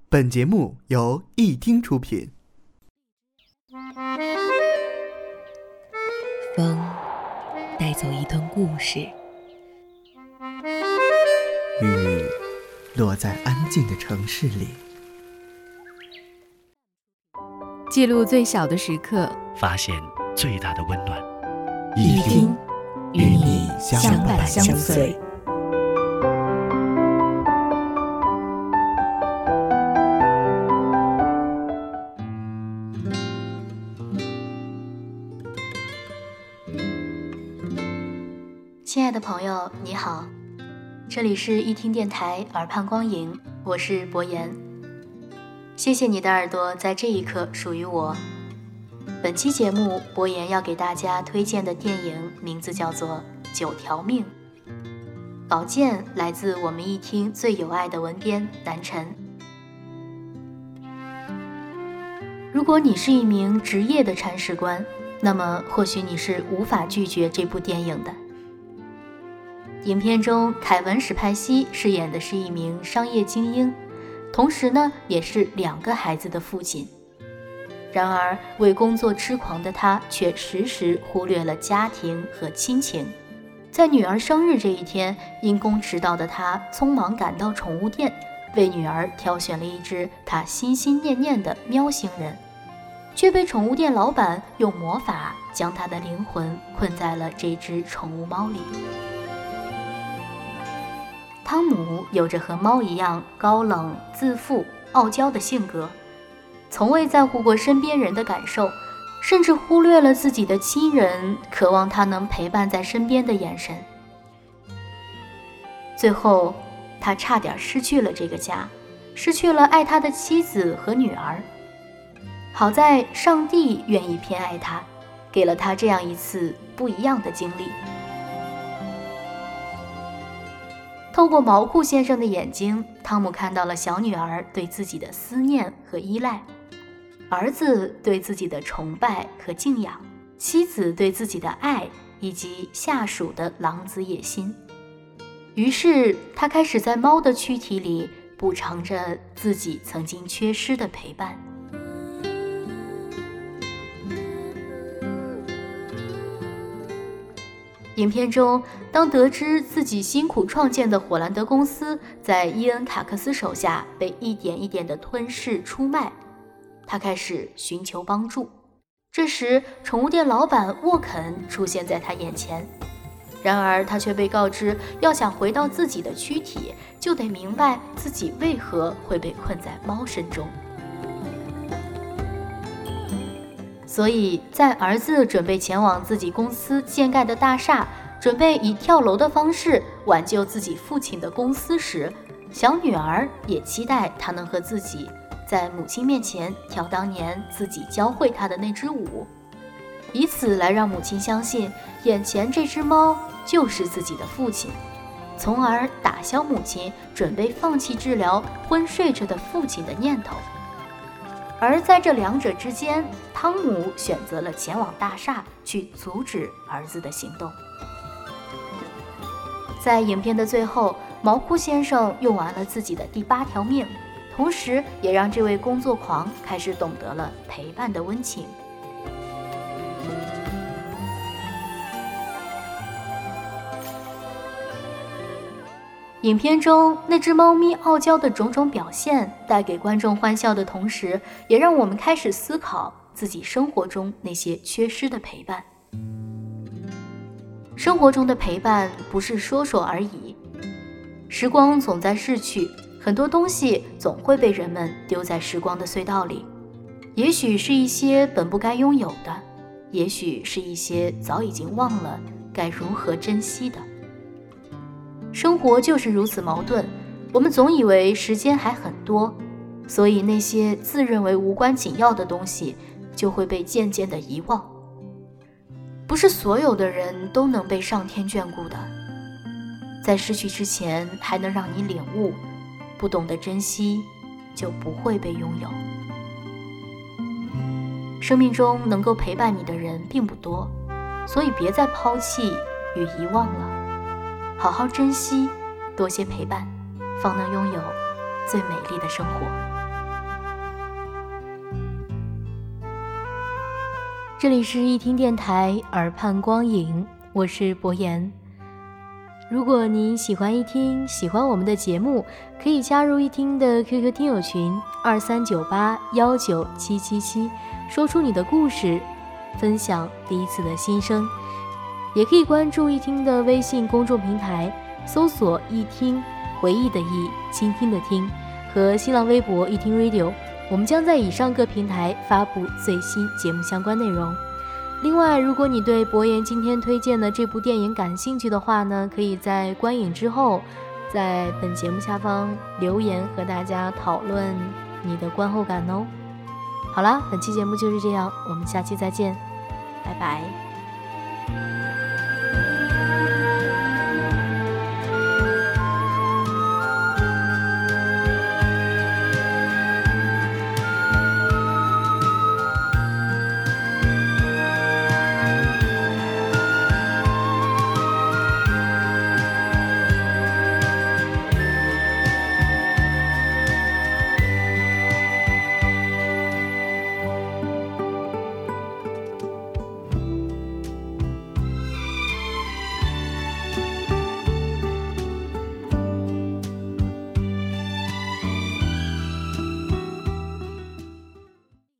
本节目由一听出品。 风带走一段故事， 雨落在安静的城市里， 记录最小的时刻， 发现最大的温暖。 一听与你相伴相随。 亲爱的朋友，你好，这里是一听电台耳畔光影，我是博言。谢谢你的耳朵在这一刻属于我。本期节目，博言要给大家推荐的电影名字叫做《9条命》。宝剑来自我们一听最有爱的文编南辰。如果你是一名职业的铲屎官，那么或许你是无法拒绝这部电影的。影片中，凯文·史派西饰演的是一名商业精英，同时呢，也是2个孩子的父亲。然而，为工作痴狂的他却时时忽略了家庭和亲情。在女儿生日这一天，因公迟到的他匆忙赶到宠物店，为女儿挑选了一只他心心念念的喵星人，却被宠物店老板用魔法将他的灵魂困在了这只宠物猫里。汤姆有着和猫一样高冷、自负、傲娇的性格，从未在乎过身边人的感受，甚至忽略了自己的亲人渴望他能陪伴在身边的眼神。最后，他差点失去了这个家，失去了爱他的妻子和女儿。好在上帝愿意偏爱他，给了他这样一次不一样的经历。透过毛裤先生的眼睛，汤姆看到了小女儿对自己的思念和依赖，儿子对自己的崇拜和敬仰，妻子对自己的爱，以及下属的狼子野心。于是他开始在猫的躯体里补偿着自己曾经缺失的陪伴。影片中，当得知自己辛苦创建的火兰德公司在伊恩·卡克斯手下被一点一点地吞噬出卖，他开始寻求帮助。这时，宠物店老板沃肯出现在他眼前，然而他却被告知，要想回到自己的躯体，就得明白自己为何会被困在猫身中。所以在儿子准备前往自己公司建盖的大厦，准备以跳楼的方式挽救自己父亲的公司时，小女儿也期待他能和自己在母亲面前跳当年自己教会他的那支舞，以此来让母亲相信眼前这只猫就是自己的父亲，从而打消母亲准备放弃治疗昏睡着的父亲的念头。而在这2者之间，汤姆选择了前往大厦去阻止儿子的行动。在影片的最后，毛裤先生用完了自己的第8条命，同时也让这位工作狂开始懂得了陪伴的温情。影片中那只猫咪傲娇的种种表现，带给观众欢笑的同时，也让我们开始思考自己生活中那些缺失的陪伴。生活中的陪伴不是说说而已，时光总在逝去，很多东西总会被人们丢在时光的隧道里，也许是一些本不该拥有的，也许是一些早已经忘了该如何珍惜的。生活就是如此矛盾，我们总以为时间还很多，所以那些自认为无关紧要的东西就会被渐渐地遗忘。不是所有的人都能被上天眷顾的，在失去之前还能让你领悟，不懂得珍惜就不会被拥有。生命中能够陪伴你的人并不多，所以别再抛弃与遗忘了，好好珍惜，多些陪伴，方能拥有最美丽的生活。 这里是一听电台耳畔光影，我是博言。如果你喜欢一听，喜欢我们的节目，可以加入一听的 QQ 听友群2398197777，说出你的故事，分享彼此的心声。也可以关注一听的微信公众平台，搜索一听，回忆的忆，倾听的听，和新浪微博一听 Radio， 我们将在以上各平台发布最新节目相关内容。另外，如果你对博言今天推荐的这部电影感兴趣的话呢，可以在观影之后在本节目下方留言和大家讨论你的观后感哦。好啦，本期节目就是这样，我们下期再见，拜拜。